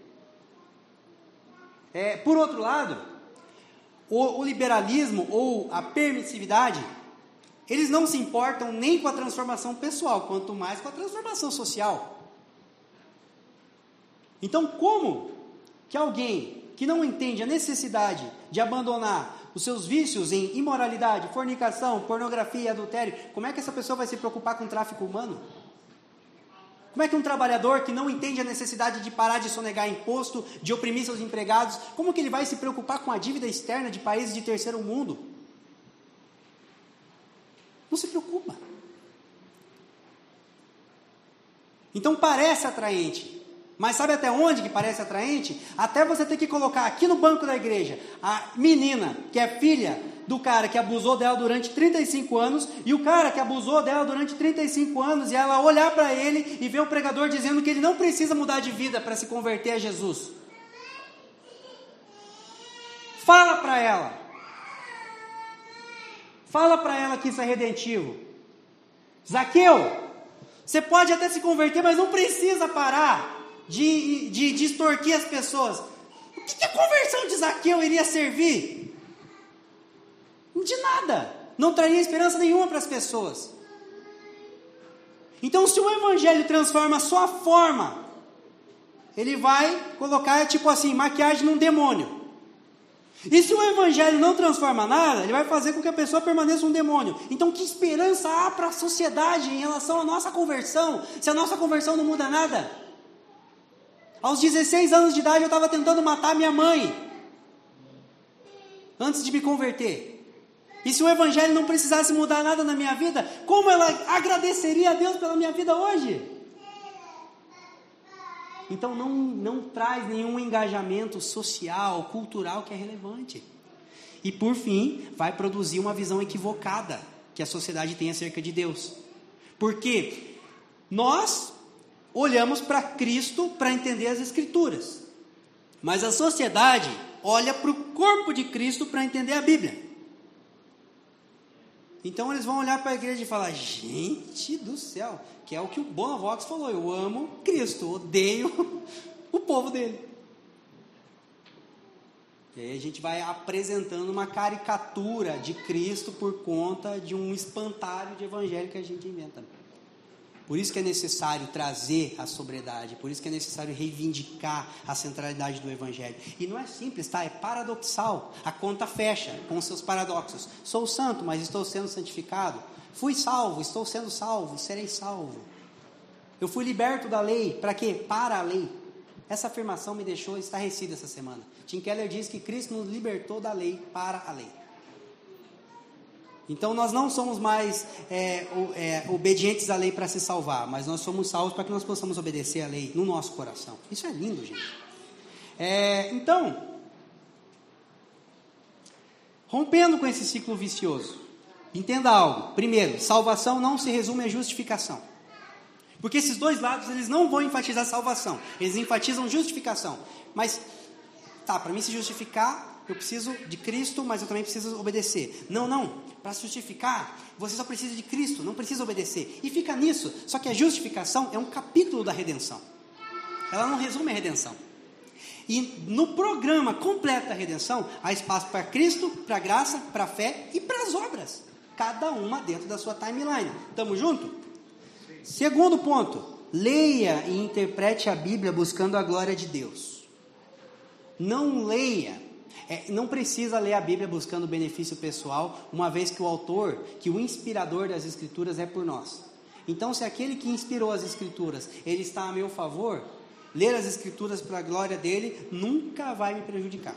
Por outro lado, o liberalismo ou a permissividade, eles não se importam nem com a transformação pessoal, quanto mais com a transformação social. Então, como que alguém que não entende a necessidade de abandonar os seus vícios em imoralidade, fornicação, pornografia, adultério, como é que essa pessoa vai se preocupar com o tráfico humano? Como é que um trabalhador que não entende a necessidade de parar de sonegar imposto, de oprimir seus empregados, como que ele vai se preocupar com a dívida externa de países de terceiro mundo? Não se preocupa. Então parece atraente. Mas sabe até onde que parece atraente? Até você ter que colocar aqui no banco da igreja a menina, que é filha do cara que abusou dela durante 35 anos e o cara que abusou dela durante 35 anos e ela olhar para ele e ver o pregador dizendo que ele não precisa mudar de vida para se converter a Jesus. Fala para ela. Fala para ela que isso é redentivo. Zaqueu, você pode até se converter, mas não precisa parar de extorquir as pessoas. O que a conversão de Zaqueu iria servir? De nada. Não traria esperança nenhuma para as pessoas. Então, se o evangelho transforma a sua forma, ele vai colocar, tipo assim, maquiagem num demônio. E se o evangelho não transforma nada, ele vai fazer com que a pessoa permaneça um demônio. Então, que esperança há para a sociedade em relação à nossa conversão, se a nossa conversão não muda nada? Aos 16 anos de idade, eu estava tentando matar minha mãe, antes de me converter. E se o evangelho não precisasse mudar nada na minha vida, como ela agradeceria a Deus pela minha vida hoje? Então não traz nenhum engajamento social, cultural que é relevante. E por fim, vai produzir uma visão equivocada que a sociedade tem acerca de Deus. Porque nós olhamos para Cristo para entender as Escrituras. Mas a sociedade olha para o corpo de Cristo para entender a Bíblia. Então eles vão olhar para a igreja e falar, gente do céu, que é o que o Bonavox falou, eu amo Cristo, odeio o povo dele. E aí a gente vai apresentando uma caricatura de Cristo por conta de um espantalho de evangelho que a gente inventa. Por isso que é necessário trazer a sobriedade, por isso que é necessário reivindicar a centralidade do evangelho. E não é simples, tá? É paradoxal. A conta fecha com seus paradoxos. Sou santo, mas estou sendo santificado. Fui salvo, estou sendo salvo, serei salvo. Eu fui liberto da lei, para quê? Para a lei. Essa afirmação me deixou estarrecido essa semana. Tim Keller diz que Cristo nos libertou da lei para a lei. Então nós não somos mais obedientes à lei para se salvar, mas nós somos salvos para que nós possamos obedecer à lei no nosso coração. Isso é lindo, gente. Então, rompendo com esse ciclo vicioso, entenda algo. Primeiro, salvação não se resume à justificação. Porque esses dois lados, eles não vão enfatizar salvação, eles enfatizam justificação. Mas, para mim se justificar, eu preciso de Cristo, mas eu também preciso obedecer. Não. Para se justificar, você só precisa de Cristo, não precisa obedecer. E fica nisso. Só que a justificação é um capítulo da redenção. Ela não resume a redenção. E no programa completo da redenção, há espaço para Cristo, para a graça, para a fé e para as obras. Cada uma dentro da sua timeline. Estamos juntos? Segundo ponto. Leia e interprete a Bíblia buscando a glória de Deus. Não leia. Não precisa ler a Bíblia buscando benefício pessoal, uma vez que o autor, que o inspirador das Escrituras é por nós. Então, se aquele que inspirou as Escrituras, ele está a meu favor, ler as Escrituras para a glória dele nunca vai me prejudicar.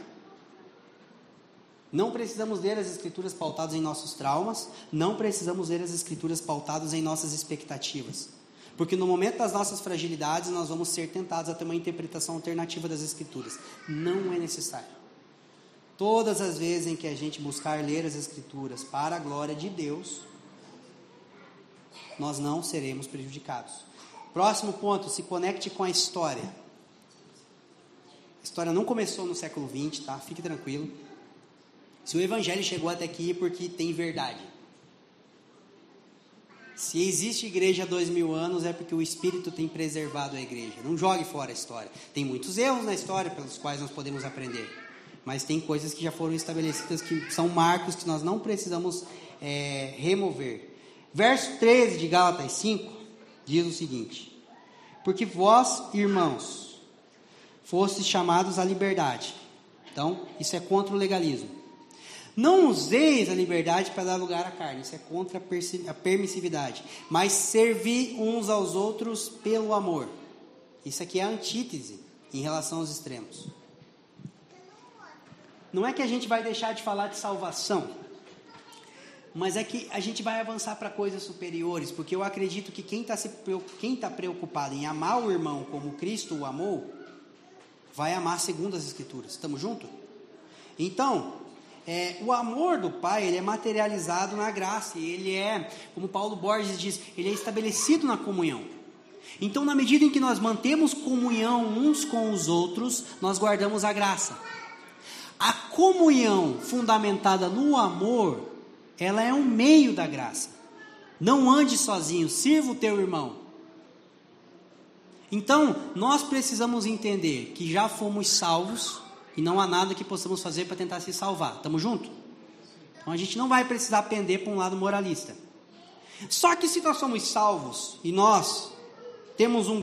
Não precisamos ler as Escrituras pautadas em nossos traumas, não precisamos ler as Escrituras pautadas em nossas expectativas. Porque no momento das nossas fragilidades, nós vamos ser tentados a ter uma interpretação alternativa das Escrituras. Não é necessário. Todas as vezes em que a gente buscar ler as Escrituras para a glória de Deus, nós não seremos prejudicados. Próximo ponto, se conecte com a história. A história não começou no século XX, tá? Fique tranquilo. Se o Evangelho chegou até aqui é porque tem verdade. Se existe igreja há 2000 anos é porque o Espírito tem preservado a igreja. Não jogue fora a história. Tem muitos erros na história pelos quais nós podemos aprender. Mas tem coisas que já foram estabelecidas que são marcos que nós não precisamos remover. Verso 13 de Gálatas 5 diz o seguinte: porque vós, irmãos, fostes chamados à liberdade. Então, isso é contra o legalismo. Não useis a liberdade para dar lugar à carne. Isso é contra a permissividade. Mas servi uns aos outros pelo amor. Isso aqui é a antítese em relação aos extremos. Não é que a gente vai deixar de falar de salvação, mas é que a gente vai avançar para coisas superiores, porque eu acredito que quem está preocupado em amar o irmão como Cristo o amou, vai amar segundo as Escrituras. Estamos juntos? Então, o amor do Pai, ele é materializado na graça, e ele é, como Paulo Borges diz, ele é estabelecido na comunhão. Então, na medida em que nós mantemos comunhão uns com os outros, nós guardamos a graça. A comunhão fundamentada no amor, ela é um meio da graça. Não ande sozinho, sirva o teu irmão. Então, nós precisamos entender que já fomos salvos e não há nada que possamos fazer para tentar se salvar. Estamos juntos? Então, a gente não vai precisar pender para um lado moralista. Só que se nós somos salvos e nós temos um